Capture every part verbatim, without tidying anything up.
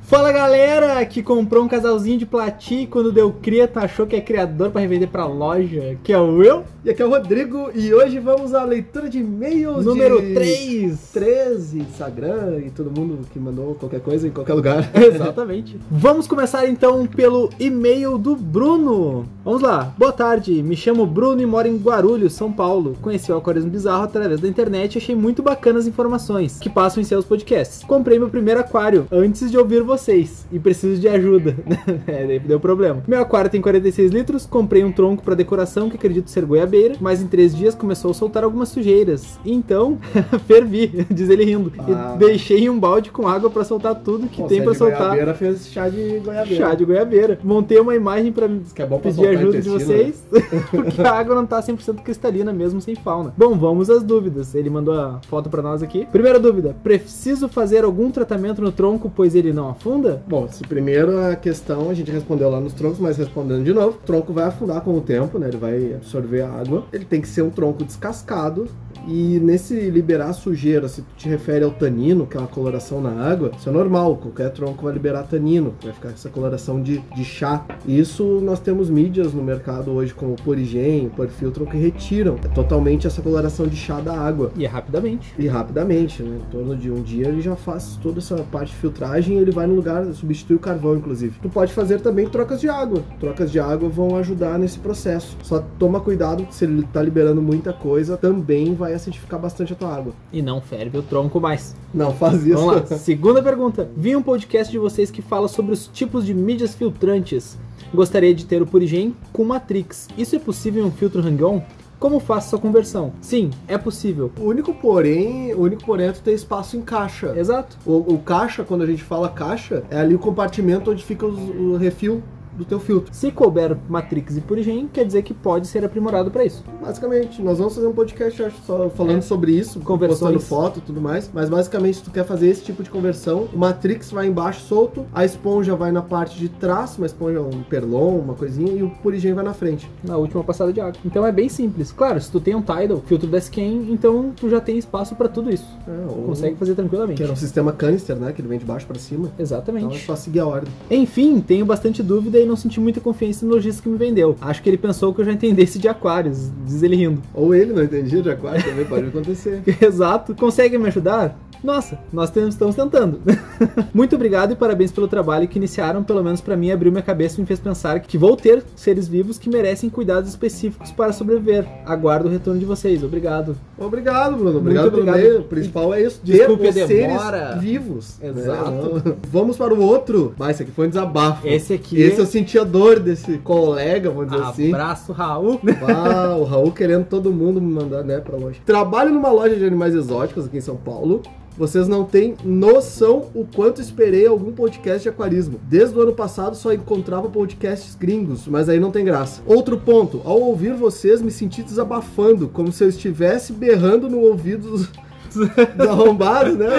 Fala galera que comprou um casalzinho de platina e quando deu cria achou que é criador pra revender pra loja, que é o Will. E aqui é o Rodrigo e hoje vamos à leitura de e-mails número de três. treze, Instagram e todo mundo que mandou qualquer coisa em qualquer lugar. Exatamente. Vamos começar então pelo e-mail do Bruno. Vamos lá. Boa tarde, me chamo Bruno e moro em Guarulhos, São Paulo. Conheci o Aquarismo Bizarro através da internet e achei muito bacanas as informações que passam em seus podcasts. Comprei meu primeiro aquário antes de ouvir vocês e preciso de ajuda. É, daí deu problema. Meu aquário tem quarenta e seis litros, comprei um tronco para decoração que acredito ser goiabeira, mas em três dias começou a soltar algumas sujeiras. Então, fervi, diz ele rindo. Ah. E deixei em um balde com água para soltar tudo que Bom, tem para soltar. Goiabeira fez chá de goiabeira. Chá de goiabeira. Montei uma imagem para que é bom pra pedir ajuda de intestino, vocês, né? Porque a água não tá cem por cento cristalina mesmo sem fauna. Bom, vamos às dúvidas. Ele mandou a foto para nós aqui. Primeira dúvida, preciso fazer algum tratamento no tronco pois ele não afunda? Bom, se primeiro a questão a gente respondeu lá nos troncos, mas respondendo de novo, o tronco vai afundar com o tempo, né? Ele vai absorver a água. Ele tem que ser um tronco descascado. E nesse liberar sujeira, se tu te refere ao tanino, que é uma coloração na água, isso é normal, qualquer tronco vai liberar tanino, vai ficar essa coloração de, de chá. Isso nós temos mídias no mercado hoje como o Porigen, o Porfiltron, que retiram totalmente essa coloração de chá da água. E é rapidamente. E rapidamente, né? Em torno de um dia ele já faz toda essa parte de filtragem e ele vai no lugar, substitui o carvão, inclusive. Tu pode fazer também trocas de água. Trocas de água vão ajudar nesse processo. Só toma cuidado, se ele tá liberando muita coisa, também vai acidificar bastante a tua água. E não ferve o tronco mais. Não, faz isso. Vamos lá. Segunda pergunta. Vi um podcast de vocês que fala sobre os tipos de mídias filtrantes. Gostaria de ter o Porigen com Matrix. Isso é possível em um filtro Hang-On? Como faço essa conversão? Sim, é possível. O único porém, o único porém é tu ter espaço em caixa. Exato. O, o caixa, quando a gente fala caixa, é ali o compartimento onde fica os, o refil do teu filtro. Se couber Matrix e Porigen, quer dizer que pode ser aprimorado para isso. Basicamente, nós vamos fazer um podcast, acho, só falando é. sobre isso, Conversões. postando foto e tudo mais, mas basicamente se tu quer fazer esse tipo de conversão, o Matrix vai embaixo solto, a esponja vai na parte de trás, uma esponja, um perlon, uma coisinha, e o Porigen vai na frente. Na última passada de água. Então é bem simples. Claro, se tu tem um Tidal, filtro da Scan, então tu já tem espaço para tudo isso. É, ou... consegue fazer tranquilamente. Que era um sistema canister, né, que ele vem de baixo para cima. Exatamente. Então é só seguir a ordem. Enfim, tenho bastante dúvida e não senti muita confiança no lojista que me vendeu. Acho que ele pensou que eu já entendesse de aquários, diz ele rindo. Ou ele não entendia de aquário, também pode acontecer. Exato. Consegue me ajudar? Nossa, nós estamos tentando. Muito obrigado e parabéns pelo trabalho que iniciaram, pelo menos pra mim, abriu minha cabeça e me fez pensar que vou ter seres vivos que merecem cuidados específicos para sobreviver. Aguardo o retorno de vocês. Obrigado. Obrigado, Bruno. Obrigado, Muito pelo obrigado. meio. O principal é isso. Desculpe ter a demora. Seres vivos. Exato. Né? Vamos para o outro. Mas esse aqui foi um desabafo. Esse aqui... Esse eu senti a dor desse colega, vamos dizer assim. Abraço, Raul. Ah, o Raul querendo todo mundo me mandar, né, pra loja. Trabalho numa loja de animais exóticos aqui em São Paulo. Vocês não têm noção o quanto esperei algum podcast de aquarismo. Desde o ano passado só encontrava podcasts gringos, mas aí não tem graça. Outro ponto, ao ouvir vocês me senti desabafando, como se eu estivesse berrando no ouvido dos, dos arrombados, né?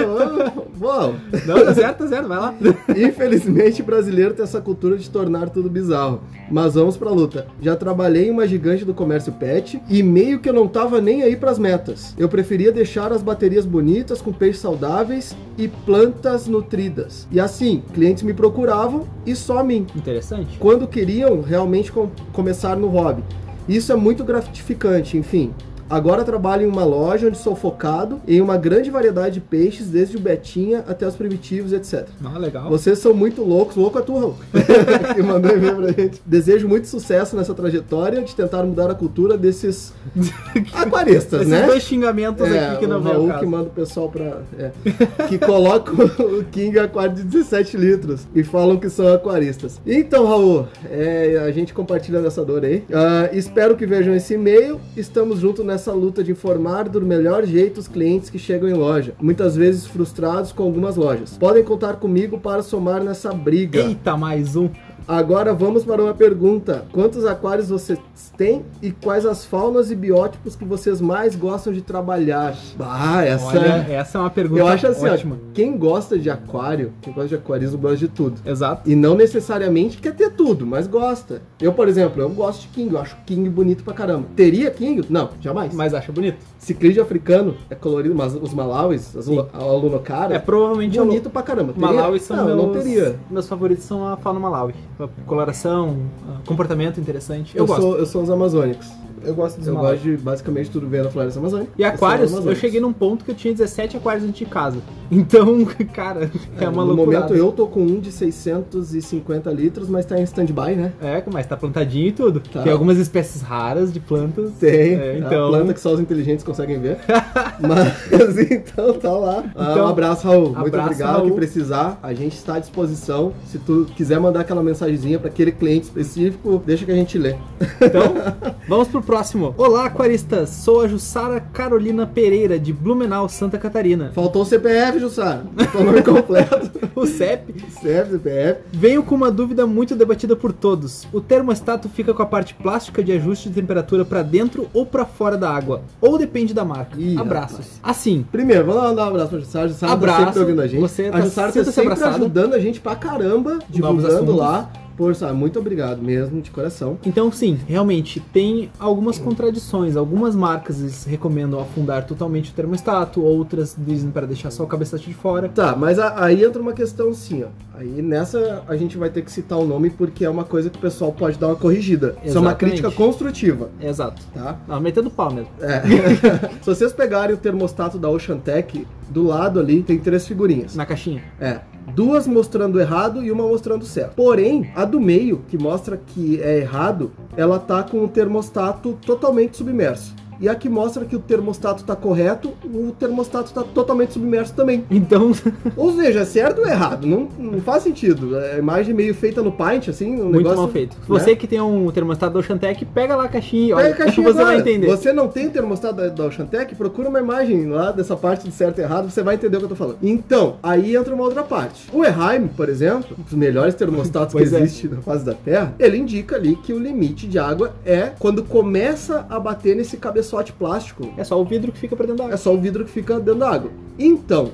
Bom. Não, tá certo, tá certo, vai lá. Infelizmente, brasileiro tem essa cultura de tornar tudo bizarro. Mas vamos pra luta. Já trabalhei em uma gigante do comércio pet e meio que eu não tava nem aí pras metas. Eu preferia deixar as baterias bonitas com peixes saudáveis e plantas nutridas. E assim, clientes me procuravam e só a mim. Interessante. Quando queriam realmente com- começar no hobby. Isso é muito gratificante, enfim. Agora trabalho em uma loja onde sou focado em uma grande variedade de peixes, desde o Betinha até os primitivos, etcétera. Ah, legal. Vocês são muito loucos, louco é tu, Raul, que mandou e-mail pra gente. Desejo muito sucesso nessa trajetória de tentar mudar a cultura desses aquaristas, Esses né? Esses dois xingamentos é, aqui que não o veio ao Raul caso. que manda o pessoal pra... É, que colocam o King Aquário de dezessete litros e falam que são aquaristas. Então, Raul, é, a gente compartilha dessa dor aí. Uh, espero que vejam esse e-mail. Estamos juntos nessa luta de informar do melhor jeito os clientes que chegam em loja, muitas vezes frustrados com algumas lojas. Podem contar comigo para somar nessa briga. Eita, mais um. Agora vamos para uma pergunta. Quantos aquários vocês têm e quais as faunas e biótipos que vocês mais gostam de trabalhar? Ah, essa, Olha, essa é uma pergunta eu acho assim, ótima. Ó, quem gosta de aquário, quem gosta de aquarismo gosta de tudo. Exato. E não necessariamente quer ter tudo, mas gosta. Eu, por exemplo, eu gosto de king, eu acho king bonito pra caramba. Teria king? Não, jamais. Mas acha bonito. Ciclídeo africano é colorido, mas os malauis, as Sim. alunocara, É provavelmente bonito pra caramba. Teria? Malawi são não, meus, não teria. meus favoritos são a fauna Malawi. A coloração, a comportamento interessante. Eu, Eu, gosto. sou, eu sou os amazônicos. Eu gosto dos Eu Malawi. gosto de basicamente tudo ver na floresta amazônica. E aquários, sou eu amazônicos. cheguei num ponto que eu tinha dezessete aquários dentro de casa. Então, cara, é, É, uma no loucura. momento eu tô com um de seiscentos e cinquenta litros, mas tá em stand-by, né? É, mas tá plantadinho e tudo. Tá. Tem algumas espécies raras de plantas. Tem, É, então... então- a planta que só os inteligentes conseguem ver. Mas então tá lá. Ah, Então, um abraço, Raul. Muito abraço, obrigado. Raul. Que precisar, a gente está à disposição. Se tu quiser mandar aquela mensagenzinha para aquele cliente específico, deixa que a gente lê. Então, vamos pro próximo. Olá, aquaristas. Sou a Jussara Carolina Pereira, de Blumenau, Santa Catarina. Faltou o C P F, Jussara. Faltou o nome completo. O C E P. C P F, C P F. Venho com uma dúvida muito debatida por todos. O termostato fica com a parte plástica de ajuste de temperatura pra dentro ou pra fora da água? Ou depende da marca? Ih, Abraços. rapaz. Assim, Primeiro, vamos lá dar um abraço pra Jussara. A Jussara Abraço. tá sempre ouvindo a gente. Você a tá- Jussara tá sinta-se sempre abraçada. ajudando a gente pra caramba, divulgando assuntos. lá. Por, sabe, muito obrigado mesmo, de coração. então sim, realmente tem algumas contradições. Algumas marcas eles recomendam afundar totalmente o termostato, outras dizem para deixar só o cabeçote de fora. Tá, mas a- aí entra uma questão assim, ó. Aí nessa a gente vai ter que citar o nome porque é uma coisa que o pessoal pode dar uma corrigida. Isso é uma Exatamente. crítica construtiva, Exato. tá? Não, metendo pau mesmo. É. Se vocês pegarem o termostato da Oceantec, do lado ali tem três figurinhas. Na caixinha. É. Duas mostrando errado e uma mostrando certo. Porém, a do meio, que mostra que é errado, ela tá com o termostato totalmente submerso. E a que mostra que o termostato tá correto, o termostato tá totalmente submerso também. Então, Ou seja, é certo ou errado? Não, não faz sentido. É a imagem meio feita no Paint, assim, um muito negócio... mal feito. né? Você que tem um termostato da Oceantec, pega lá a caixinha e olha, Pega a caixinha você agora. vai entender. Você não tem o termostato da, da Oceantec? Procura uma imagem lá dessa parte de certo e errado, você vai entender o que eu tô falando. Então, aí entra uma outra parte. O Eheim, por exemplo, um dos melhores termostatos que Pois é. existe na face da Terra, ele indica ali que o limite de água é quando começa a bater nesse cabeçote plástico. É só o vidro que fica pra dentro da É água. só o vidro que fica dentro da água. Então,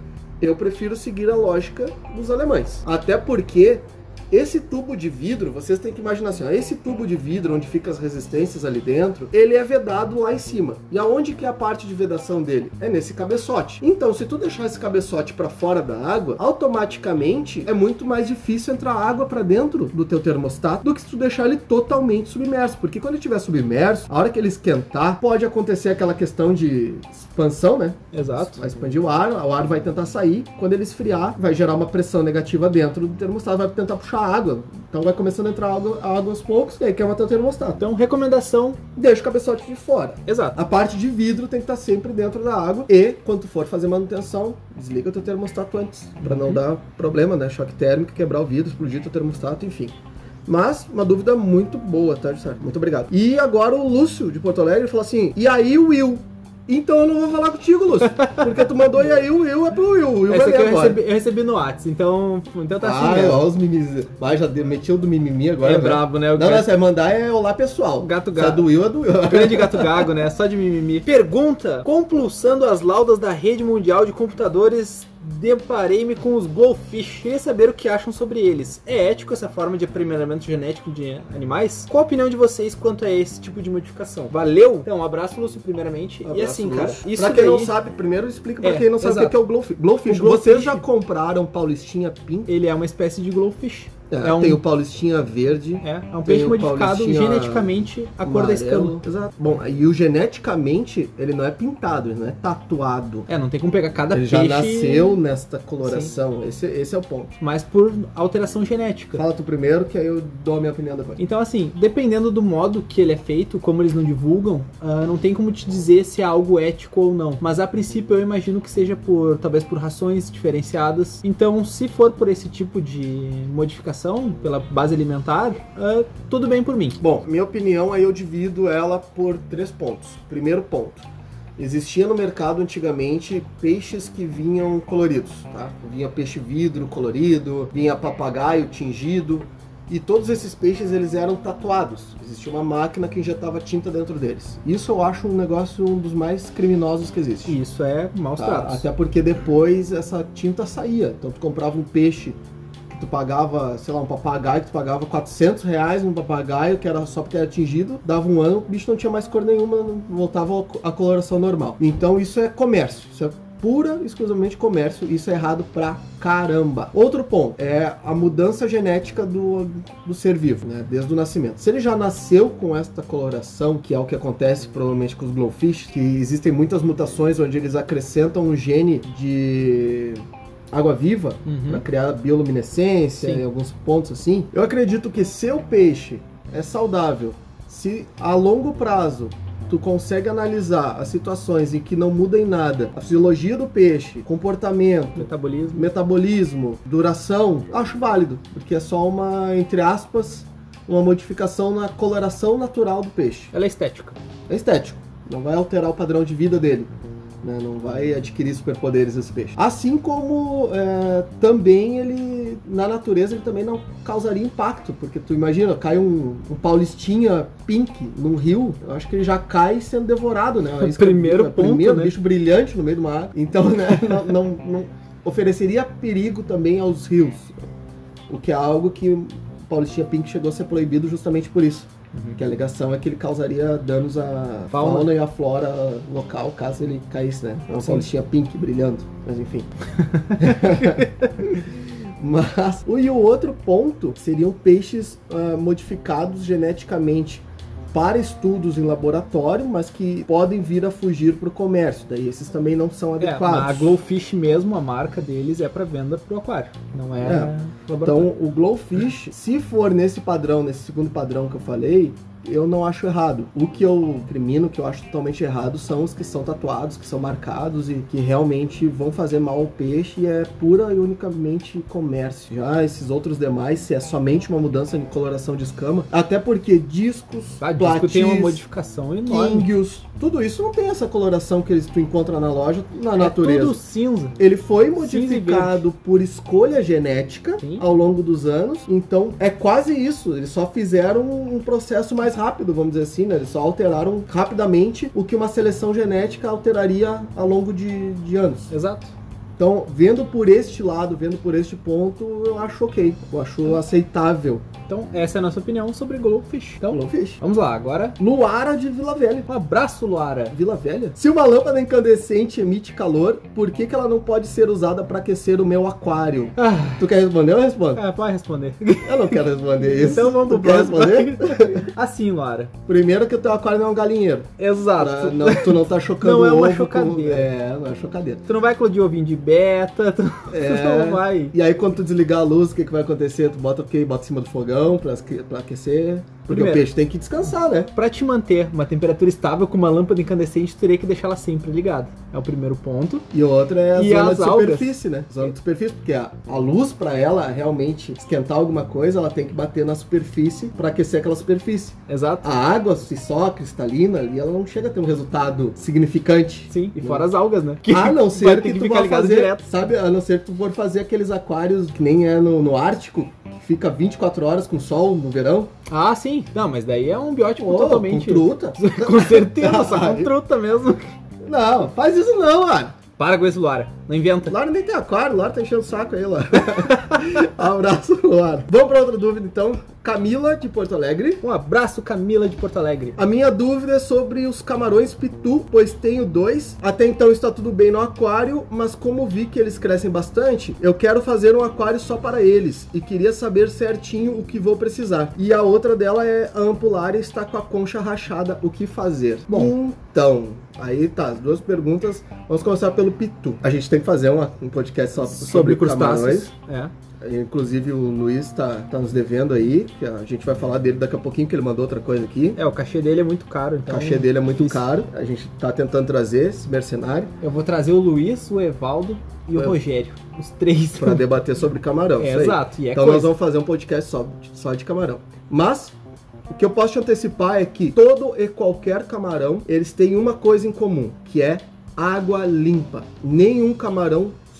eu prefiro seguir a lógica dos alemães. Até porque esse tubo de vidro, vocês têm que imaginar assim, ó, esse tubo de vidro onde fica as resistências ali dentro, ele é vedado lá em cima. E aonde que é a parte de vedação dele? É nesse cabeçote. Então, se tu deixar esse cabeçote para fora da água, automaticamente é muito mais difícil entrar água para dentro do teu termostato do que se tu deixar ele totalmente submerso. Porque quando ele estiver submerso, a hora que ele esquentar, pode acontecer aquela questão de expansão, né? Exato. Vai expandir o ar, o ar vai tentar sair. Quando ele esfriar, vai gerar uma pressão negativa dentro do termostato, vai tentar puxar água. Então vai começando a entrar água, água aos poucos, e aí queima teu termostato. Então, recomendação. Deixa o cabeçote de fora. Exato. A parte de vidro tem que estar sempre dentro da água. E, quando tu for fazer manutenção, desliga o teu termostato antes. Pra não dar problema, né? Choque térmico, quebrar o vidro, explodir teu termostato, enfim. Mas, uma dúvida muito boa, tá, Jussara? Muito obrigado. E agora o Lúcio, de Porto Alegre, falou assim, e aí o Will? Então eu não vou falar contigo, Lúcio. Porque tu mandou e aí o Will é pro Will. O Will Essa vai aqui ler eu agora. recebi, eu recebi no WhatsApp, então, então tá assim Ah, mesmo. ó, os mimimis. Mas já metiu do mimimi agora. É velho. brabo, né? O Não, não, gato- se vai mandar é olá pessoal. Gato Se é gato. do Will, é do Will. Grande gato gago, né? Só de mimimi. Pergunta: compulsando as laudas da rede mundial de computadores, deparei-me com os Glowfish. Queria saber o que acham sobre eles. É ético essa forma de aprimoramento genético de animais? Qual a opinião de vocês quanto a esse tipo de modificação? Valeu? Então, um abraço, Lúcio, primeiramente. Abraço, e assim, cara, Lúcio. isso pra quem daí... não sabe, primeiro explica pra É, quem não sabe exato. o que é o Glowfish. Glowfish, O Glowfish- vocês já compraram Paulistinha Pink? Ele é uma espécie de Glowfish. É, É um- tem o Paulistinha Verde. É, é um Tem peixe o modificado Paulistinha geneticamente a cor da escama. amarelo. Exato. Bom, e o geneticamente, ele não é pintado, ele não é tatuado. É, não tem como pegar cada Ele peixe... já nasceu nesta coloração. Esse, esse é o ponto. Mas por alteração genética. Fala tu primeiro, que aí eu dou a minha opinião depois. Então, assim, dependendo do modo que ele é feito, como eles não divulgam, ah, não tem como te dizer se é algo ético ou não. Mas a princípio eu imagino que seja por, talvez por rações diferenciadas. Então, se for por esse tipo de modificação, pela base alimentar, ah, tudo bem por mim. Bom, minha opinião aí eu divido ela por três pontos. Primeiro ponto. Existia no mercado antigamente peixes que vinham coloridos, tá? Vinha peixe vidro colorido, vinha papagaio tingido. e todos esses peixes eles eram tatuados. Existia uma máquina que injetava tinta dentro deles. Isso eu acho um negócio um dos mais criminosos que existe. Isso é maus Tá? tratos. Até porque depois essa tinta saía. Então tu comprava um peixe que tu pagava, sei lá, um papagaio que tu pagava quatrocentos reais num papagaio, que era só porque era atingido, dava um ano, o bicho não tinha mais cor nenhuma, voltava à coloração normal. Então isso é comércio, isso é pura, exclusivamente comércio, isso é errado pra caramba. Outro ponto é a mudança genética do, do ser vivo, né, desde o nascimento. Se ele já nasceu com esta coloração, que é o que acontece provavelmente com os glowfish, que existem muitas mutações onde eles acrescentam um gene de água-viva, uhum, para criar bioluminescência em alguns pontos assim. Eu acredito que se o peixe é saudável, se a longo prazo tu consegue analisar as situações em que não muda em nada, a fisiologia do peixe, comportamento, metabolismo, metabolismo, duração, acho válido, porque é só uma, entre aspas, uma modificação na coloração natural do peixe. Ela é estética. É estético, não vai alterar o padrão de vida dele. Né, não vai adquirir superpoderes esse peixe. Assim como é, também ele, na natureza, ele também não causaria impacto, porque tu imagina, cai um, um paulistinha pink num rio, eu acho que ele já cai sendo devorado, né? O primeiro é, ponto, primeiro, né? bicho brilhante no meio do mar. Então, né, não, não, não ofereceria perigo também aos rios, o que é algo que o paulistinha pink chegou a ser proibido justamente por isso. Uhum. Que a alegação é que ele causaria danos à fauna, fauna e à flora local, caso ele caísse, né? É uma paulistinha pink brilhando, mas enfim. Mas, e o outro ponto seriam peixes uh, modificados geneticamente para estudos em laboratório, mas que podem vir a fugir para o comércio. Daí esses também não são adequados. É, a Glowfish mesmo, a marca deles é para venda para o aquário, não é, é. Então o Glowfish, se for nesse padrão, nesse segundo padrão que eu falei, eu não acho errado. O que eu crimino, que eu acho totalmente errado, são os que são tatuados, que são marcados e que realmente vão fazer mal ao peixe e é pura e unicamente comércio. Já esses outros demais, se é somente uma mudança de coloração de escama, até porque discos, ah, disco tem uma modificação enorme. Índios, tudo isso não tem essa coloração que eles, tu encontra na loja, na é natureza. Tudo cinza. Ele foi modificado por escolha genética, sim, ao longo dos anos, então é quase isso. Eles só fizeram um processo mais rápido, vamos dizer assim, né? Eles só alteraram rapidamente o que uma seleção genética alteraria ao longo de, de anos. Exato. Então, vendo por este lado, vendo por este ponto, eu acho ok. Eu acho aceitável. Então, essa é a nossa opinião sobre Glowfish. Então, Glowfish. Vamos lá, agora... Luara de Vila Velha. Um abraço, Luara. Vila Velha? Se uma lâmpada incandescente emite calor, por que que ela não pode ser usada para aquecer o meu aquário? Ah. Tu quer responder ou eu respondo? É, pode responder. Eu não quero responder isso. Então vamos tu pro quer responder? Assim, Luara. Primeiro que o teu aquário não é um galinheiro. Exato. Pra, não, tu não tá chocando não é uma ovo chocadeira. Com... É, não é chocadeira. Tu não vai eclodir ovinho de beta, tu, é. tu não vai. E aí quando tu desligar a luz, o que que vai acontecer? Tu bota o quê? Bota em cima do fogão pra, pra aquecer. Porque Primeiro, o peixe tem que descansar, né? Pra te manter uma temperatura estável com uma lâmpada incandescente, tu teria que deixar ela sempre ligada. É o primeiro ponto. E outra é a e zona de algas. superfície, né? Zona de superfície, porque a, a luz, pra ela realmente esquentar alguma coisa, ela tem que bater na superfície pra aquecer aquela superfície. Exato. A água, se só cristalina ali, ela não chega a ter um resultado significante. Sim, e né? fora as algas, né? Que a não ser que, que tu vá fazer, direto. sabe? A não ser que tu for fazer aqueles aquários que nem é no, no Ártico, que fica vinte e quatro horas com sol no verão. Ah, sim. Não, mas daí é um biótipo oh, totalmente... Com truta. Com certeza, só com truta mesmo. Não, faz isso não, mano. Para com isso, Luara. Não inventa. Luara nem tem aquário, Luara tá enchendo o saco aí, Luara. Abraço, Luara. Vamos pra outra dúvida, então. Camila, de Porto Alegre. Um abraço, Camila, de Porto Alegre. A minha dúvida é sobre os camarões pitu, pois tenho dois. Até então está tudo bem no aquário, mas como vi que eles crescem bastante, eu quero fazer um aquário só para eles e queria saber certinho o que vou precisar. E a outra dela é a ampulária está com a concha rachada, o que fazer? Bom, então... Aí tá, as duas perguntas. Vamos começar pelo pitu. A gente tem que fazer uma, um podcast só sobre, sobre crustáceos. É. Inclusive o Luiz tá, tá nos devendo aí, que a gente vai falar dele daqui a pouquinho, que ele mandou outra coisa aqui. É, o cachê dele é muito caro. Então o cachê dele é muito difícil. caro. A gente tá tentando trazer esse mercenário. Eu vou trazer o Luiz, o Evaldo e o é. Rogério. Os três. Pra debater sobre camarão. É, isso aí. Exato. E é então coisa. nós vamos fazer um podcast só, só de camarão. Mas... o que eu posso te antecipar é que todo e qualquer camarão, eles têm uma coisa em comum, que é água limpa. Nenhum camarão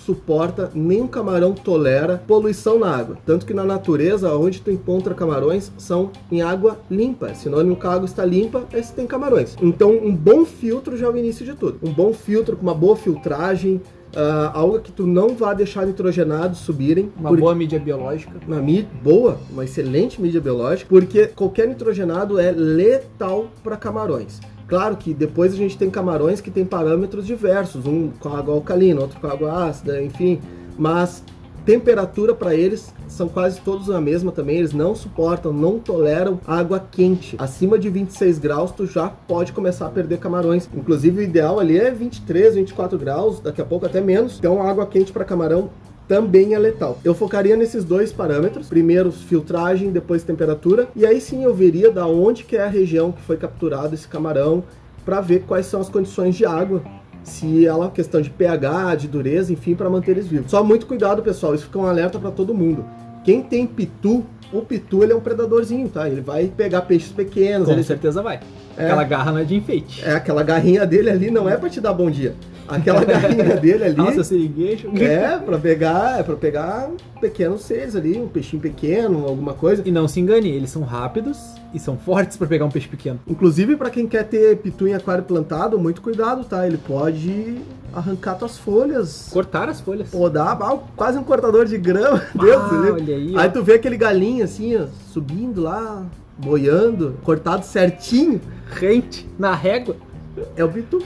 suporta, nenhum camarão tolera poluição na água. Tanto que na natureza, onde tu encontra camarões, são em água limpa. Sinônimo que a água está limpa, aí você tem camarões. Então, um bom filtro já é o início de tudo. Um bom filtro com uma boa filtragem, Uh, algo que tu não vai deixar nitrogenados subirem. Uma porque... boa mídia biológica. Uma mídia boa, uma excelente mídia biológica, porque qualquer nitrogenado é letal para camarões. Claro que depois a gente tem camarões que tem parâmetros diversos, um com água alcalina, outro com água ácida, enfim, mas temperatura para eles são quase todos a mesma também, eles não suportam, não toleram água quente. Acima de vinte e seis graus tu já pode começar a perder camarões. Inclusive o ideal ali é vinte e três, vinte e quatro graus, daqui a pouco até menos. Então água quente para camarão também é letal. Eu focaria nesses dois parâmetros, primeiro filtragem, depois temperatura, e aí sim eu veria da onde que é a região que foi capturado esse camarão, para ver quais são as condições de água, se ela é questão de pH, de dureza, enfim, para manter eles vivos. Só muito cuidado, pessoal, isso fica um alerta para todo mundo. Quem tem pitu, o pitu ele é um predadorzinho, tá? Ele vai pegar peixes pequenos. Com ele... certeza vai. É. Aquela garra não é de enfeite. É, aquela garrinha dele ali não é para te dar bom dia. Aquela garrinha dele ali... Nossa, sirigueijo. É, para pegar, é para pegar pequenos seres ali, um peixinho pequeno, alguma coisa. E não se engane, eles são rápidos e são fortes para pegar um peixe pequeno. Inclusive, para quem quer ter pitu em aquário plantado, muito cuidado, tá? Ele pode arrancar tuas folhas. Cortar as folhas. Podar, ah, quase um cortador de grama. Ah, Deus, olha aí. Aí tu vê aquele galinho assim, ó, subindo lá, boiando, cortado certinho. Rente, na régua. É o pitu.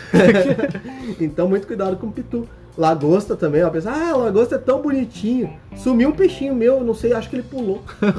Então, muito cuidado com o pitu. Lagosta também, ó. Pensa, ah, lagosta é tão bonitinho. Sumiu um peixinho meu, não sei, acho que ele pulou.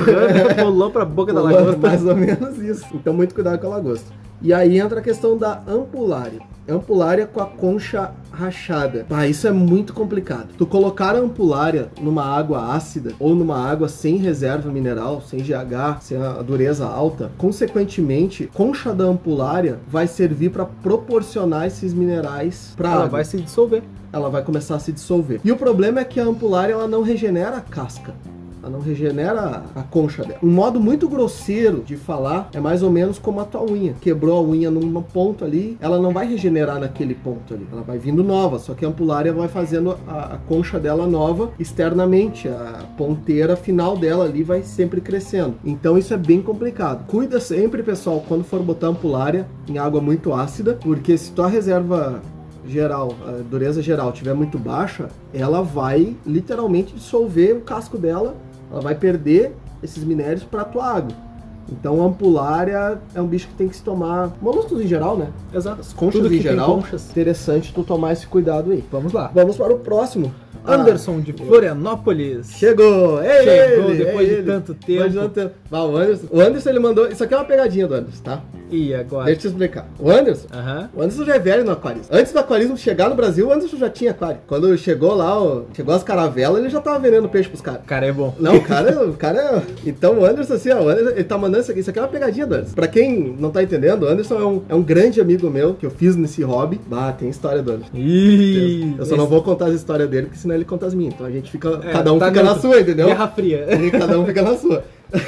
Pulou pra boca da Pulou, lagosta. mais ou menos isso. Então, muito cuidado com a lagosta. E aí entra a questão da ampulária. Ampulária com a concha rachada. Ah, isso é muito complicado. Tu colocar a ampulária numa água ácida ou numa água sem reserva mineral, sem G H, sem a dureza alta, consequentemente, concha da ampulária vai servir para proporcionar esses minerais para água. Ela vai se dissolver. Ela vai começar a se dissolver. E o problema é que a ampulária ela não regenera a casca. Ela não regenera a concha dela. Um modo muito grosseiro de falar é mais ou menos como a tua unha. Quebrou a unha num ponto ali, ela não vai regenerar naquele ponto ali. Ela vai vindo nova, só que a ampulária vai fazendo a, a concha dela nova externamente. A ponteira final dela ali vai sempre crescendo. Então isso é bem complicado. Cuida sempre, pessoal, quando for botar ampulária em água muito ácida, porque se tua reserva geral, a dureza geral estiver muito baixa, ela vai literalmente dissolver o casco dela. Ela vai perder esses minérios para a tua água. Então a ampulária é um bicho que tem que se tomar... Moluscos em geral, né? Exato. As conchas Tudo em que geral. tem conchas. Interessante tu tomar esse cuidado aí. Vamos lá. Vamos para o próximo. Anderson de Florianópolis. Chegou! É Chegou ele, depois é de ele. tanto tempo. Depois de tanto tempo. Ah, o Anderson, o Anderson ele mandou... Isso aqui é uma pegadinha do Anderson, tá? E agora? Deixa eu te explicar. O Anderson, Aham. o Anderson já é velho no aquarismo. Antes do aquarismo chegar no Brasil, o Anderson já tinha aquário. Quando chegou lá, ó, chegou as caravelas, ele já tava vendendo peixe pros caras. O cara é bom. Não, o cara, o cara é... Então o Anderson, assim, ó, o Anderson, ele tá mandando isso aqui. Isso aqui é uma pegadinha do Anderson. Pra quem não tá entendendo, o Anderson é um, é um grande amigo meu, que eu fiz nesse hobby. Bah, tem história do Anderson. Ih, Eu só não vou contar as histórias dele, porque senão ele conta as minhas. Então a gente fica... É, cada um tá fica na neutro. sua, entendeu? Guerra Fria. E cada um fica na sua.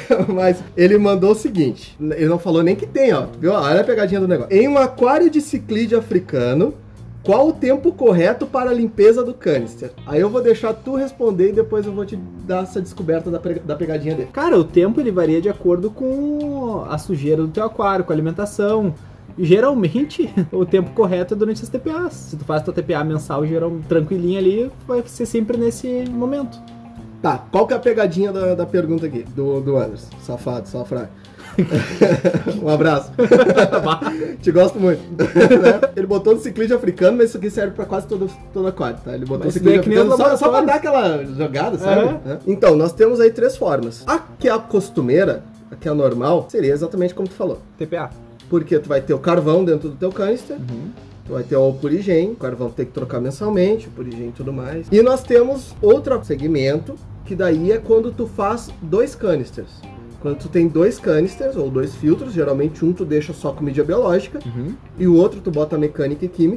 Mas ele mandou o seguinte, ele não falou nem que tem, ó, viu? Olha a pegadinha do negócio. Em um aquário de ciclídeo africano, qual o tempo correto para a limpeza do canister? Aí eu vou deixar tu responder e depois eu vou te dar essa descoberta da, da pegadinha dele. Cara, o tempo ele varia de acordo com a sujeira do teu aquário, com a alimentação. Geralmente, o tempo correto é durante as T P As. Se tu faz tua T P A mensal geral, tranquilinha ali, vai ser sempre nesse momento. Tá, qual que é a pegadinha da, da pergunta aqui, do, do Anderson? Safado, safra. Um abraço. Te gosto muito. Né? Ele botou no ciclídeo africano, mas isso aqui serve pra quase todo, todo aquário, tá? Ele botou Mas o ciclídeo é que nem africano só, os só pra laboratórios. dar aquela jogada, sabe? É. Né? Então, nós temos aí três formas. A que é a costumeira, a que é a normal, seria exatamente como tu falou. T P A. Porque tu vai ter o carvão dentro do teu canister, Uhum. tu vai ter o purigem, o carvão tem que trocar mensalmente, o purigem e tudo mais. E nós temos outro segmento, que daí é quando tu faz dois canisters. Quando tu tem dois canisters, ou dois filtros, geralmente um tu deixa só com mídia biológica, Uhum. e o outro tu bota mecânica e química,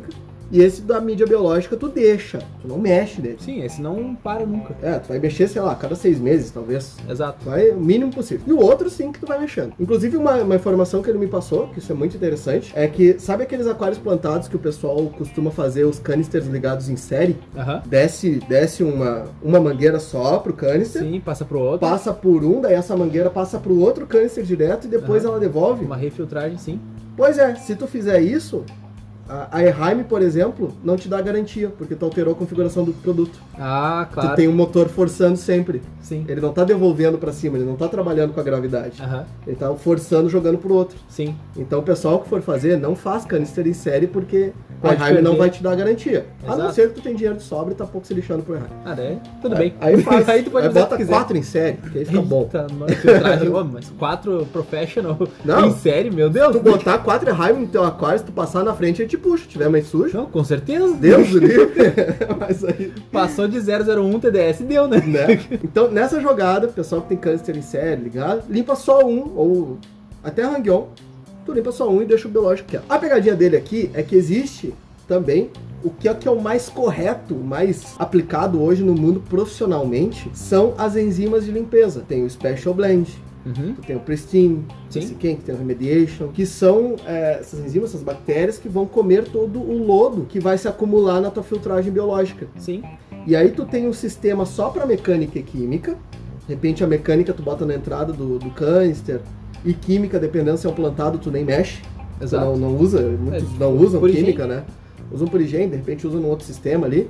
E esse da mídia biológica tu deixa, tu não mexe nele. Sim, esse não para nunca. É, tu vai mexer, sei lá, a cada seis meses, talvez. Exato. Vai o mínimo possível. E o outro, sim, que tu vai mexendo. Inclusive, uma, uma informação que ele me passou, que isso é muito interessante, é que, sabe aqueles aquários plantados que o pessoal costuma fazer os canisters ligados em série? Aham. Desce, desce uma, uma mangueira só pro canister. Sim, passa pro outro. Passa por um, daí essa mangueira passa pro outro canister direto e depois Aham. ela devolve. Uma refiltragem, sim. Pois é, se tu fizer isso, a, a Eheim, por exemplo, não te dá garantia, porque tu alterou a configuração do produto. Ah, claro. Tu tem um motor forçando sempre. Sim. Ele não tá devolvendo pra cima, ele não tá trabalhando com a gravidade. Aham. Ele tá forçando, jogando pro outro. Sim. Então o pessoal que for fazer, não faz canister em série, porque o Pode Eheim não perder. vai te dar garantia. A não Exato. ser que tu tem dinheiro de sobra e tá pouco se lixando pro Eheim. Ah, daí, tudo bem. Aí faz, aí tu pode aí fazer o que bota quiser. quatro em série, porque aí fica bom. Eita, mano, filtragem. Ô, mas quatro professional Não. em série, meu Deus. Se tu botar quatro Eheim no teu aquário, se tu passar na frente, ele te puxa. Se tiver mais sujo, Não, com certeza. Deus do livre. Mas aí... Passou de zero zero um T D S, deu, né? né? Então, nessa jogada, o pessoal que tem canister em série ligado, limpa só um, ou até hang-on, tu limpa só um e deixa o biológico quieto. A pegadinha dele aqui é que existe também o que é, que é o mais correto, o mais aplicado hoje no mundo profissionalmente, são as enzimas de limpeza. Tem o Special Blend, Uhum. tu tem o Pristine, Sim. esse quem, que tem o Remediation, que são é, essas enzimas, essas bactérias que vão comer todo o lodo que vai se acumular na tua filtragem biológica. Sim. E aí tu tem um sistema só para mecânica e química. De repente a mecânica tu bota na entrada do, do canister. E química, dependendo se é um plantado, tu nem mexe. Exato. Tu não, não usa, muitos É, não usam purigem. química, né? Usam purigem, de repente usam num outro sistema ali.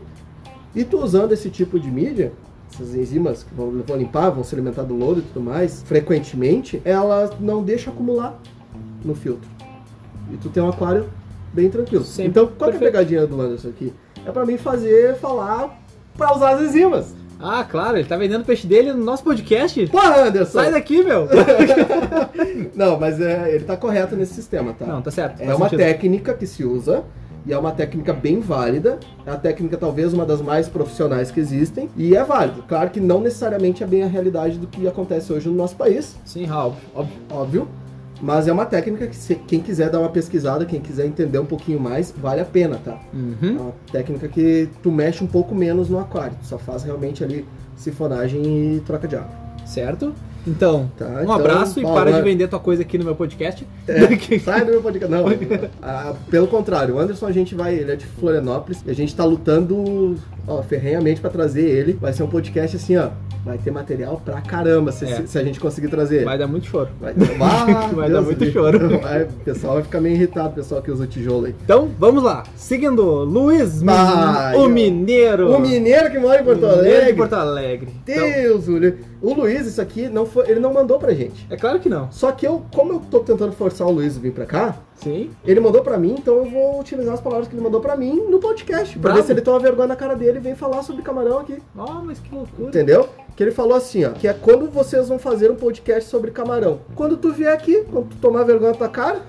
E tu usando esse tipo de mídia, essas enzimas que vão, vão limpar, vão se alimentar do lodo e tudo mais, frequentemente, elas não deixam acumular no filtro. E tu tem um aquário bem tranquilo. Sempre Então, qual que é a perfeito. pegadinha do Anderson aqui? É pra mim fazer, falar pra usar as enzimas. Ah, claro, ele tá vendendo o peixe dele no nosso podcast. Porra, Anderson! Sai daqui, meu! Não, mas é, ele tá correto nesse sistema, tá? Não, tá certo. É faz uma sentido. técnica que se usa, e é uma técnica bem válida. É a técnica talvez uma das mais profissionais que existem, e é válido. Claro que não necessariamente é bem a realidade do que acontece hoje no nosso país, Sim, Raul, óbvio. óbvio. Mas é uma técnica que se- quem quiser dar uma pesquisada, quem quiser entender um pouquinho mais, vale a pena, tá? É Uhum. uma técnica que tu mexe um pouco menos no aquário. Tu só faz realmente ali sifonagem e troca de água. Certo? Então, Tá, um então, abraço e ó, para de agora- vender tua coisa aqui no meu podcast. É, sai do meu podcast. Não, ah, pelo contrário, o Anderson a gente vai, ele é de Florianópolis e a gente tá lutando ó, ferrenhamente pra trazer ele. Vai ser um podcast assim, ó. Vai ter material pra caramba se, É. se- se a gente conseguir trazer ele. Vai dar muito choro. Vai, ah, Vai Deus dar muito livre. choro. Vai, o pessoal vai ficar meio irritado, o pessoal que usa tijolo aí. Então, vamos lá. Seguindo, Luiz, Vai, o ó. mineiro. O mineiro que mora em Porto Mineiro de Alegre. Porto Alegre. Então, Deus, o Lu- o Luiz, isso aqui, não foi, ele não mandou pra gente. é claro que não. Só que eu, como eu tô tentando forçar o Luiz a vir pra cá, Sim. ele mandou pra mim, então eu vou utilizar as palavras que ele mandou pra mim no podcast. Pra Bravo. ver se ele toma vergonha na cara dele e vem falar sobre camarão aqui. Oh, mas que loucura. Entendeu? Que ele falou assim, ó, que é quando vocês vão fazer um podcast sobre camarão. Quando tu vier aqui, quando tu tomar vergonha na tua cara,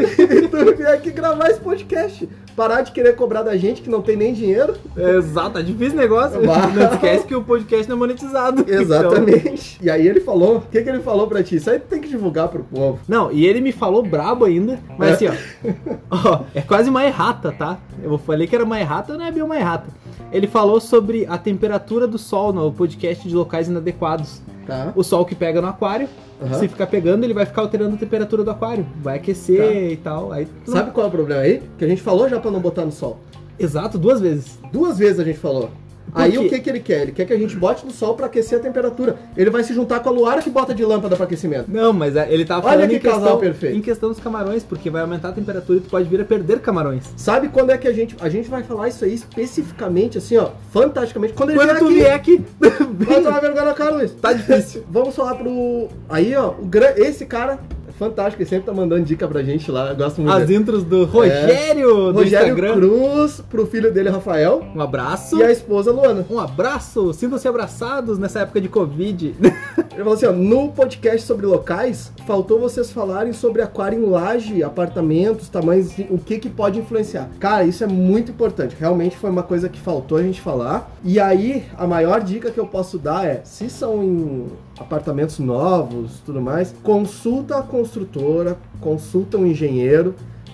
e tu vier aqui gravar esse podcast. Parar de querer cobrar da gente que não tem nem dinheiro. Exato, tá difícil o negócio. Bah. Não esquece que o podcast não é monetizado. Exatamente. E aí ele falou, o que, que ele falou pra ti? Isso aí tu tem que divulgar pro povo. Então, não, e ele me falou brabo ainda, mas assim, ó, ó, é quase uma errata, tá? Eu falei que era uma errata, não é bem uma errata. Ele falou sobre a temperatura do sol no podcast de locais inadequados. Tá? O sol que pega no aquário, Aham. se ficar pegando, ele vai ficar alterando a temperatura do aquário. Vai aquecer Tá. e tal. Aí, Sabe qual é o problema aí? Que a gente falou já pra não botar no sol. Exato, duas vezes. Duas vezes a gente falou. Por Aí quê? o que, que ele quer? Ele quer que a gente bote no sol pra aquecer a temperatura. Ele vai se juntar com a Luara que bota de lâmpada pra aquecimento. Não, mas é, ele tava Olha falando que em questão, casal perfeito. em questão dos camarões, porque vai aumentar a temperatura e tu pode vir a perder camarões. Sabe quando é que a gente... A gente vai falar isso aí especificamente, assim, ó, fantasticamente. Quando ele Quando tu vier vier aqui, aqui... Vai tomar vergonha na cara, Luiz. tá difícil. Vamos falar pro... Aí, ó, o gran... esse cara é fantástico. Ele sempre tá mandando dica pra gente lá. Eu gosto muito As dele. intros do Rogério do Rogério Instagram. Cruz, pro filho dele, Rafael. Um abraço. E a esposa, Luana. Um abraço, sintam-se abraçados nessa época de Covid. Ele falou assim, ó, no podcast sobre locais, faltou vocês falarem sobre aquário em laje, apartamentos, tamanhos, o que que pode influenciar. Cara, isso é muito importante. Realmente foi uma coisa que faltou a gente falar. E aí, a maior dica que eu posso dar é, se são em apartamentos novos, tudo mais, consulta a construtora, consulta um engenheiro,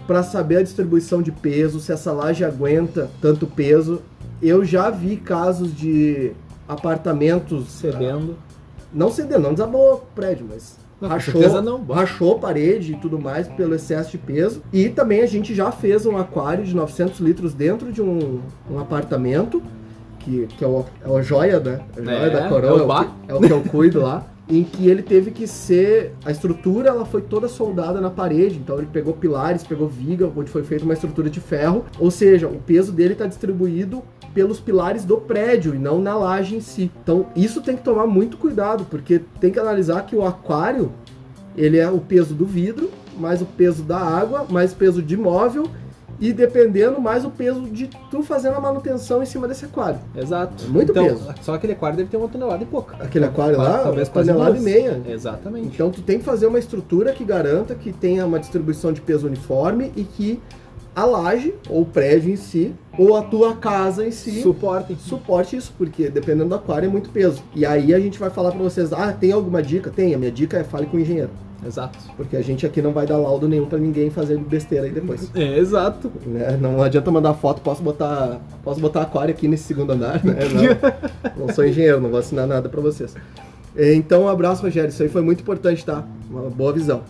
para saber a distribuição de peso, se essa laje aguenta tanto peso. Eu já vi casos de apartamentos cedendo. Não cedendo, não desabou o prédio, mas não, rachou, não. rachou parede e tudo mais pelo excesso de peso. E também a gente já fez um aquário de novecentos litros dentro de um, um apartamento, que, que é, o, é a joia, né? A joia é, da coroa, é o, bar. é o que eu cuido lá. Em que ele teve que ser... A estrutura, ela foi toda soldada na parede. Então ele pegou pilares, pegou viga, onde foi feita uma estrutura de ferro. Ou seja, o peso dele está distribuído pelos pilares do prédio e não na laje em si. Então isso tem que tomar muito cuidado, porque tem que analisar que o aquário, ele é o peso do vidro, mais o peso da água, mais peso de móvel e, dependendo, mais o peso de tu fazendo a manutenção em cima desse aquário. Exato. É muito então, peso. Só aquele aquário deve ter uma tonelada e pouca. Aquele aquário lá, talvez uma tonelada e meia. Exatamente. Então tu tem que fazer uma estrutura que garanta que tenha uma distribuição de peso uniforme e que a laje, ou o prédio em si, ou a tua casa em si, Suportem. suporte isso, porque dependendo do aquário é muito peso. E aí a gente vai falar pra vocês, ah, tem alguma dica? Tem, a minha dica é fale com o engenheiro. Exato. Porque a gente aqui não vai dar laudo nenhum pra ninguém fazer besteira aí depois. É, exato. Né? Não adianta mandar foto, posso botar, posso botar aquário aqui nesse segundo andar, né? Não, não sou engenheiro, não vou assinar nada pra vocês. Então, um abraço, Rogério, isso aí foi muito importante, tá? Uma boa visão.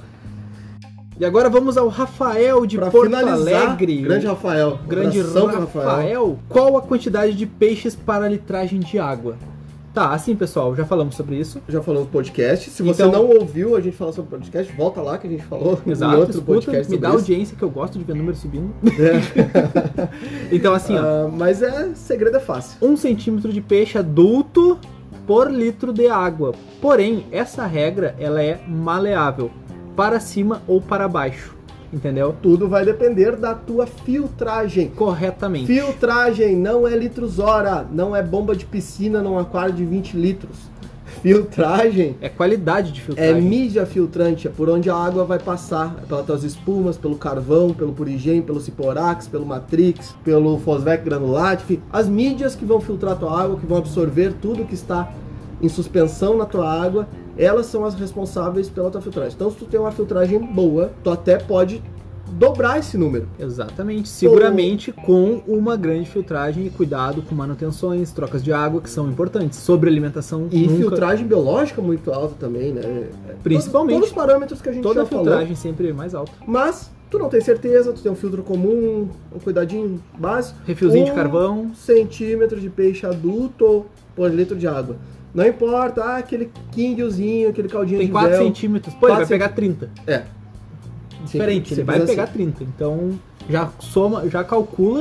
E agora vamos ao Rafael de pra Porto finalizar, Alegre. Grande Rafael. Grande Rafael. Rafael. Qual a quantidade de peixes para litragem de água? Tá, assim, pessoal, já falamos sobre isso. Já falamos no podcast. Se então, você não ouviu a gente falar sobre o podcast, volta lá que a gente falou. Exato, em outro escuta, podcast me dá isso. audiência, que eu gosto de ver números subindo. É. Então, assim, ó. Uh, mas é, segredo é fácil. Um centímetro de peixe adulto por litro de água. Porém, essa regra, ela é maleável. Para cima ou para baixo. Entendeu? Tudo vai depender da tua filtragem. Corretamente. Filtragem não é litros hora, não é bomba de piscina num aquário de vinte litros. Filtragem é qualidade de filtragem. É mídia filtrante, é por onde a água vai passar, é pelas tuas espumas, pelo carvão, pelo purigem, pelo ciporax, pelo matrix, pelo fosvec granulate, enfim, as mídias que vão filtrar a tua água, que vão absorver tudo que está em suspensão na tua água, elas são as responsáveis pela tua filtragem. Então, se tu tem uma filtragem boa, tu até pode dobrar esse número. Exatamente. Seguramente Ou... com uma grande filtragem e cuidado com manutenções, trocas de água, que são importantes. Sobre alimentação. E nunca... filtragem biológica muito alta também, né? Principalmente. Todos, todos os parâmetros que a gente Toda já a filtragem falou. sempre mais alta. Mas tu não tem certeza, tu tem um filtro comum, um cuidadinho básico. Refilzinho um de carvão. Centímetro de peixe adulto por litro de água. Não importa, ah, aquele kingzinho, aquele caldinho tem de quatro véu. centímetros. Pô, ele vai pegar trinta. É. Diferente, ele vai pegar trinta. Então, já soma, já calcula.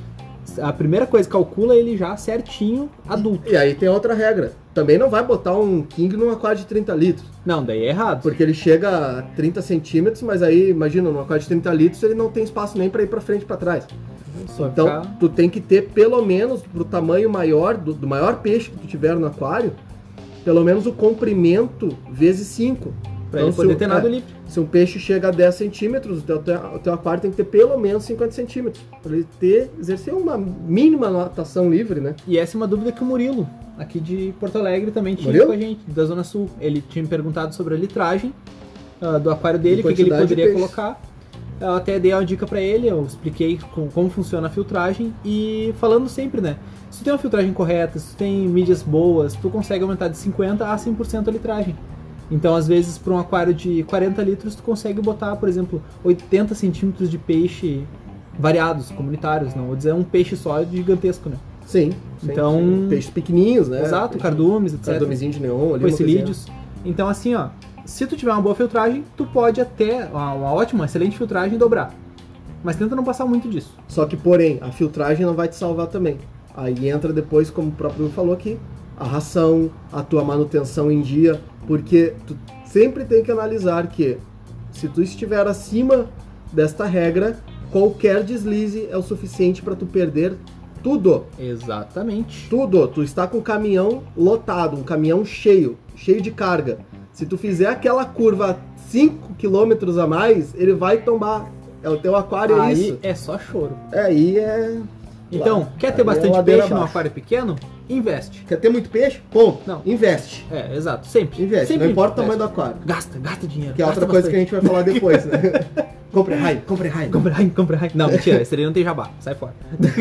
A primeira coisa, calcula ele já certinho, adulto. E aí tem outra regra. Também não vai botar um king num aquário de trinta litros. Não, daí é errado. Porque ele chega a trinta centímetros, mas aí, imagina, num aquário de trinta litros, ele não tem espaço nem para ir para frente e para trás. Só então, ficar... tu tem que ter, pelo menos, pro tamanho maior, do, do maior peixe que tu tiver no aquário, pelo menos o comprimento vezes cinco. Pra então, ele poder se, ter nado é, livre. Se um peixe chega a dez centímetros, o teu, o teu aquário tem que ter pelo menos cinquenta centímetros. Para ele ter, exercer uma mínima natação livre, né? E essa é uma dúvida que o Murilo, aqui de Porto Alegre, também tinha Murilo? com a gente, da Zona Sul. Ele tinha me perguntado sobre a litragem uh, do aquário dele, o que, que ele poderia colocar. Eu até dei uma dica pra ele, eu expliquei como, como funciona a filtragem e falando sempre, né? Se tu tem uma filtragem correta, se tu tem mídias boas, tu consegue aumentar de cinquenta a cem por cento a litragem. Então, às vezes, para um aquário de quarenta litros, tu consegue botar, por exemplo, oitenta centímetros de peixe variados, comunitários, não vou dizer um peixe só gigantesco, né? Sim. Então, sim. Peixes pequenininhos, né? Exato, Peixe, cardumes, etcétera. Cardumezinho de neon ali. Coicilídeos. Então, assim, ó, se tu tiver uma boa filtragem, tu pode até, uma, uma ótima, excelente filtragem, dobrar. Mas tenta não passar muito disso. Só que, porém, a filtragem não vai te salvar também. Aí entra depois, como o próprio Will falou aqui, a ração, a tua manutenção em dia, porque tu sempre tem que analisar que se tu estiver acima desta regra, qualquer deslize é o suficiente para tu perder tudo. Exatamente. Tudo. Tu está com um caminhão lotado, um caminhão cheio, cheio de carga. Se tu fizer aquela curva cinco quilômetros a mais, ele vai tombar. É o teu aquário, é aí isso. é só choro. É, aí é... Então, Lá. quer ter Aí é bastante ladeira peixe num abaixo. aquário pequeno? Investe. Quer ter muito peixe? Ponto. Não. Investe. É, exato. Sempre. Investe. Sempre Não importa o tamanho do investe. aquário. Gasta, gasta dinheiro. Que é gasta outra coisa que a bastante. gente vai falar depois, né? Compre raio, compre raio. Compre raio, compre raio. Não, mentira, esse daí não tem jabá. Sai fora.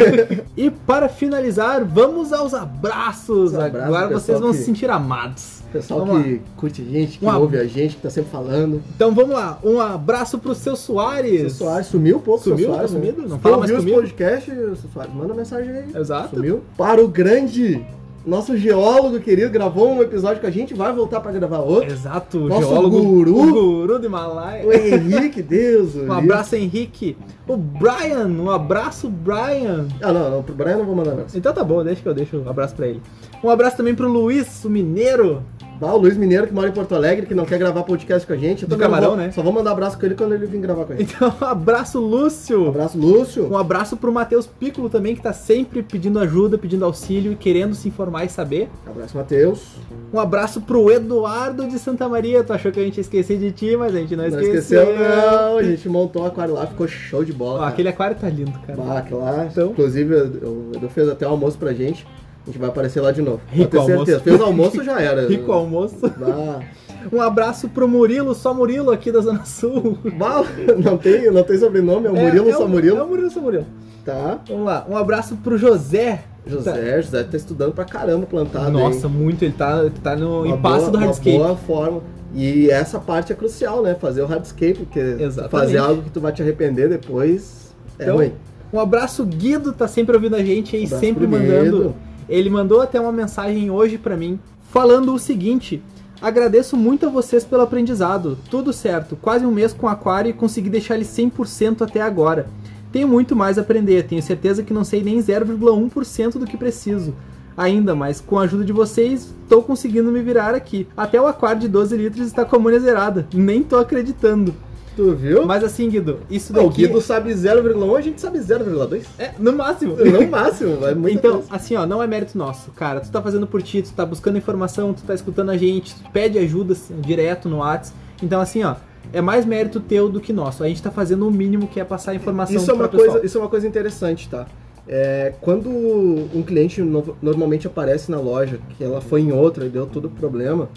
E para finalizar, vamos aos abraços. Os abraços, Agora pessoal vocês vão que- se sentir amados. Pessoal Vamos que curte a gente, que Um ab- ouve a gente, que tá sempre falando. Então vamos lá. Um abraço pro seu Soares. O Soares sumiu um pouco, Sumiu? seu Soares, Tá né? sumido? Não Se fala for mais ouvir comigo? os podcasts, seu Soares, manda mensagem aí. Exato. Sumiu. Para o grande, nosso geólogo querido, gravou um episódio com a gente, vai voltar pra gravar outro. Exato, o Nosso geólogo. guru. O guru do Himalaia. O Henrique, Deus. o Um livre. abraço, Henrique. O Brian, um abraço, Brian. Ah, não, não, pro Brian eu não vou mandar abraço. Então tá bom, deixa que eu deixo um abraço pra ele. Um abraço também pro Luiz, o mineiro. Ah, o Luiz Mineiro, que mora em Porto Alegre, que não quer gravar podcast com a gente. Eu Do também não Camarão, vou- né? Só vou mandar abraço com ele quando ele vir gravar com a gente. Então, um abraço, Lúcio. Um abraço, Lúcio. Um abraço pro Matheus Piccolo também, que tá sempre pedindo ajuda, pedindo auxílio e querendo se informar e saber. Um abraço, Matheus. Um abraço pro Eduardo de Santa Maria. Tu achou que a gente ia esquecer de ti, mas a gente não, Não esqueceu. esqueceu, não. A gente montou o aquário lá, ficou show de bola. Ó, cara. aquele aquário tá lindo, cara. Ah, claro. Então- Inclusive, o Edu fez até o almoço pra gente. A gente vai aparecer lá de novo. Rico Pode ter almoço. certeza. Fez almoço, já era. Rico almoço. Ah, Um abraço pro Murilo, só Murilo aqui da Zona Sul. bah, não, tem, não tem sobrenome, é o Murilo, é, só o- Murilo. É o Murilo, só Murilo. Tá. Vamos lá, um abraço pro José. José, José tá estudando pra caramba plantado. Nossa, hein? muito, ele tá, ele tá no Uma impasse boa- do hardscape. Uma boa forma. E essa parte é crucial, né? Fazer o hardscape, porque Exatamente. fazer algo que tu vai te arrepender depois é Então, ruim. Um abraço, Guido, tá sempre ouvindo a gente aí, Abraço sempre pro mandando. Guido. Ele mandou até uma mensagem hoje pra mim, falando o seguinte: agradeço muito a vocês pelo aprendizado, tudo certo, quase um mês com o aquário e consegui deixar ele cem por cento até agora. Tenho muito mais a aprender, tenho certeza que não sei nem zero vírgula um por cento do que preciso ainda, mas com a ajuda de vocês, estou conseguindo me virar aqui. Até o aquário de doze litros está com a amônia zerada, nem tô acreditando. Tu viu? Mas assim, Guido, isso Não, o daqui... Guido sabe zero vírgula um, a gente sabe zero vírgula dois. É, no máximo. No máximo, vai muito. Então, assim, ó, não é mérito nosso, cara. Tu tá fazendo por ti, tu tá buscando informação, tu tá escutando a gente, tu pede ajuda assim, direto no WhatsApp. Então, assim, ó, é mais mérito teu do que nosso. A gente tá fazendo o mínimo que é passar a informação Isso é uma pra pessoal. coisa, isso é uma coisa interessante, tá? É, quando um cliente no- normalmente aparece na loja, que ela foi em outra e deu todo o problema,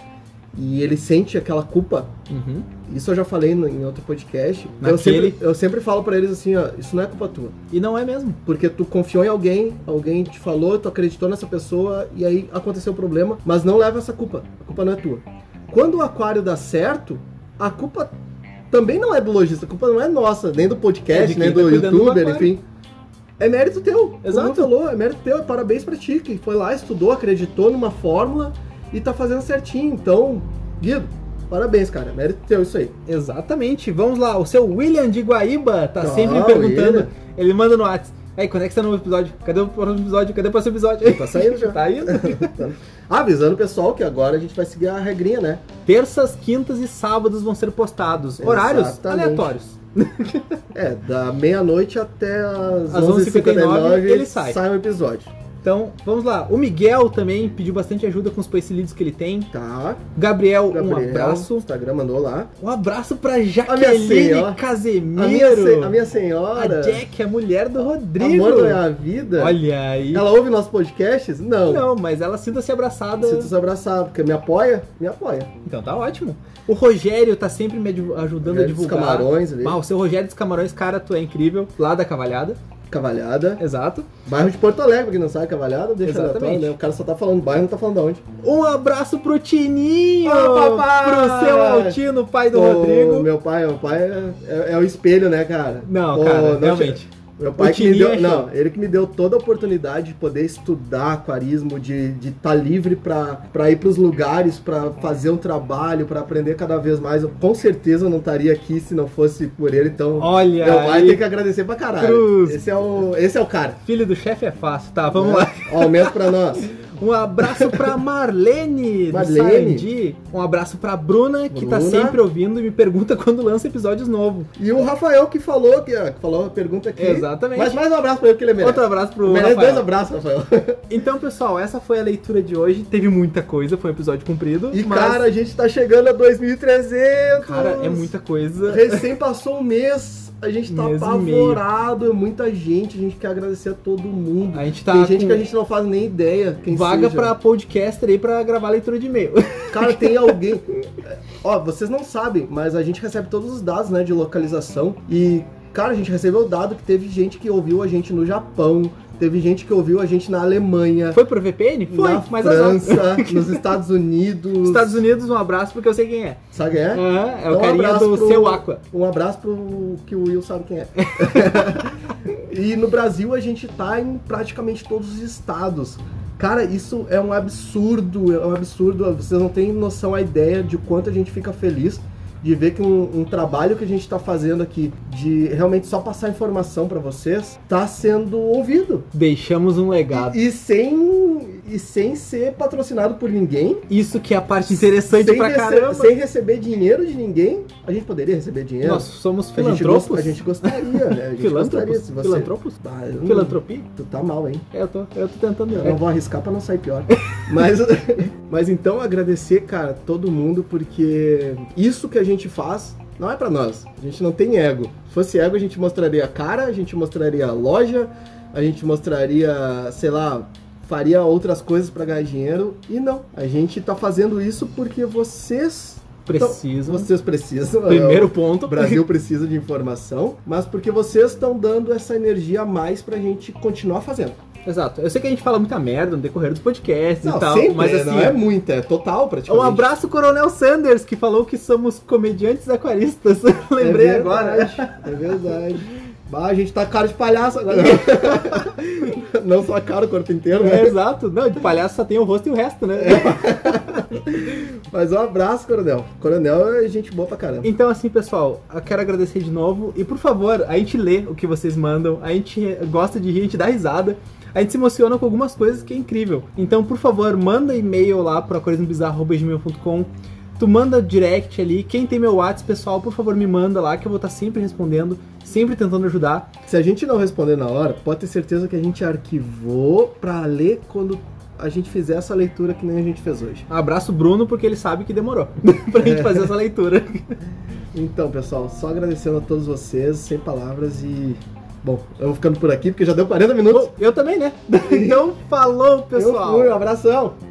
e ele sente aquela culpa, Uhum. isso eu já falei no- em outro podcast, eu Naquele- sempre, eu sempre falo pra eles assim, ó, isso não é culpa tua, E não é mesmo. porque tu confiou em alguém, alguém te falou, tu acreditou nessa pessoa, e aí aconteceu o problema, mas não leva essa culpa, a culpa não é tua. Quando o aquário dá certo, a culpa também não é do lojista, a culpa não é nossa, nem do É podcast, de quem nem tá do cuidando do youtuber, aquário. enfim. É mérito teu. Exato. Como tu falou, é mérito teu, é parabéns pra ti, que foi lá, estudou, acreditou numa fórmula e tá fazendo certinho. Então, Guido, parabéns, cara. É mérito teu isso aí. Exatamente. Vamos lá, o seu William de Guaíba tá Ah, sempre me perguntando. William. Ele manda no WhatsApp. Aí, quando é que tá no episódio? Cadê o próximo episódio? Cadê o próximo episódio? Tá saindo já. Tá indo? Ah, avisando o pessoal que agora a gente vai seguir a regrinha, né? Terças, quintas e sábados vão ser postados. Horários Exatamente. aleatórios. É, da meia-noite até as Às onze e cinquenta e nove onze e cinquenta e nove ele sai. sai um episódio. Então, vamos lá. O Miguel também pediu bastante ajuda com os Space Leads que ele tem. Tá. Gabriel, Gabriel, um abraço. O Instagram mandou lá. Um abraço pra A minha Jaqueline senhora. Casemiro. A minha, se- a minha A senhora. Jack, a mulher do Rodrigo. Amor da minha vida. Olha aí. Ela ouve nossos podcasts? Não. Não, mas ela sinta-se abraçada. Sinto se abraçar, porque me apoia? Me apoia. Então tá ótimo. O Rogério tá sempre me aju- ajudando Rogério a dos divulgar. Camarões ali. Ah, o seu Rogério dos Camarões, cara, tu é incrível. Lá da Cavalhada. Cavalhada. Exato. Bairro de Porto Alegre, pra quem não sabe, Cavalhada, deixa Exatamente. aleatório, né? O cara só tá falando bairro, não tá falando de onde. Um abraço pro Tininho! Ô, papai! Pro seu Altino, pai do Ô, Rodrigo. Meu pai, meu pai é, é- é o espelho, né, cara? Não, Pô, cara, não realmente. Meu pai O que me Tininho deu. é Não, show. ele que me deu toda a oportunidade de poder estudar aquarismo, de estar de tá livre pra, pra ir pros lugares, pra fazer um trabalho, pra aprender cada vez mais. Eu com certeza não estaria aqui se não fosse por ele, então. Olha Meu pai aí. tem que agradecer pra caralho. Cruz. Esse é o, esse é o cara. Filho do chefe é fácil. Tá, vamos Né? lá. Aumento pra nós. Um abraço pra Marlene, do Marlene. Sarandi. Um abraço pra Bruna, que tá Bruna. sempre ouvindo e me pergunta quando lança episódios novos. E o Rafael que falou, que, ó, que falou a pergunta aqui. Exatamente. Mas mais um abraço pra ele que ele merece. Outro abraço pro Merece Rafael. dois abraços, Rafael. Então, pessoal, essa foi a leitura de hoje. Teve muita coisa, foi um episódio comprido. E mas, cara, a gente tá chegando a dois mil e trezentos. cara, é muita coisa. Recém passou um mês. A gente tá Mês e apavorado, é muita gente, a gente quer agradecer a todo mundo. A gente tá Tem gente com que a gente não faz nem ideia quem vaga seja. pra podcaster aí pra gravar leitura de e-mail. Cara, tem alguém... Ó, vocês não sabem, mas a gente recebe todos os dados, né, de localização. E, cara, a gente recebeu o dado que teve gente que ouviu a gente no Japão, teve gente que ouviu a gente na Alemanha. Foi pro V P N? Foi, na mas França, nos Estados Unidos. Estados Unidos, um abraço porque eu sei quem é. Sabe quem é? Ah, é Então, o um carinha abraço do pro- Seu Aqua. Um abraço pro que o Will sabe quem é. E no Brasil a gente tá em praticamente todos os estados. Cara, isso é um absurdo, é um absurdo. Vocês não têm noção, a ideia de quanto a gente fica feliz de ver que um, um trabalho que a gente tá fazendo aqui, de realmente só passar informação pra vocês, tá sendo ouvido. Deixamos um legado. E, e sem, e sem ser patrocinado por ninguém. Isso que é a parte interessante sem pra rece- caramba. Sem receber dinheiro de ninguém. A gente poderia receber dinheiro? Nós somos A gente, filantropos. gost- a gente gostaria, né? A gente Filântropos? gostaria se você... Filantropos? Ah, eu não- Filantropia? Tu tá mal, hein? É, eu tô, eu tô tentando. Eu não vou arriscar pra não sair pior. Mas, mas então agradecer, cara, todo mundo, porque isso que a gente faz não é pra nós. A gente não tem ego. Se fosse ego, a gente mostraria a cara, a gente mostraria a loja, a gente mostraria, sei lá, faria outras coisas pra ganhar dinheiro. E não. A gente tá fazendo isso porque vocês... Precisam. Então, vocês precisam. Primeiro é, ponto. O Brasil precisa de informação, mas porque vocês estão dando essa energia a mais pra gente continuar fazendo. Exato. Eu sei que a gente fala muita merda no decorrer dos podcasts Não, e tal, sempre, mas assim... não é muita, é total praticamente. Um abraço, Coronel Sanders, que falou que somos comediantes aquaristas. Lembrei é agora. verdade, É verdade. Bah, a gente tá cara de palhaço agora. Não só a cara, o corpo inteiro, É, né? exato. Não, de palhaço só tem o rosto e o resto, né? Mas um abraço, Coronel. Coronel é gente boa pra caramba. Então, assim, pessoal, eu quero agradecer de novo. E, por favor, a gente lê o que vocês mandam. A gente gosta de rir, a gente dá risada. A gente se emociona com algumas coisas que é incrível. Então, por favor, manda e-mail lá para aquarismobizarro arroba gmail ponto com. Tu manda direct ali. Quem tem meu WhatsApp, pessoal, por favor, me manda lá, que eu vou estar sempre respondendo, sempre tentando ajudar. Se a gente não responder na hora, pode ter certeza que a gente arquivou pra ler quando a gente fizer essa leitura que nem a gente fez hoje. Abraço Bruno, porque ele sabe que demorou pra gente fazer essa leitura. Então, pessoal, só agradecendo a todos vocês, sem palavras e... Bom, eu vou ficando por aqui porque já deu quarenta minutos. Bom, eu também, né? Então, falou, pessoal. Eu fui, um abração.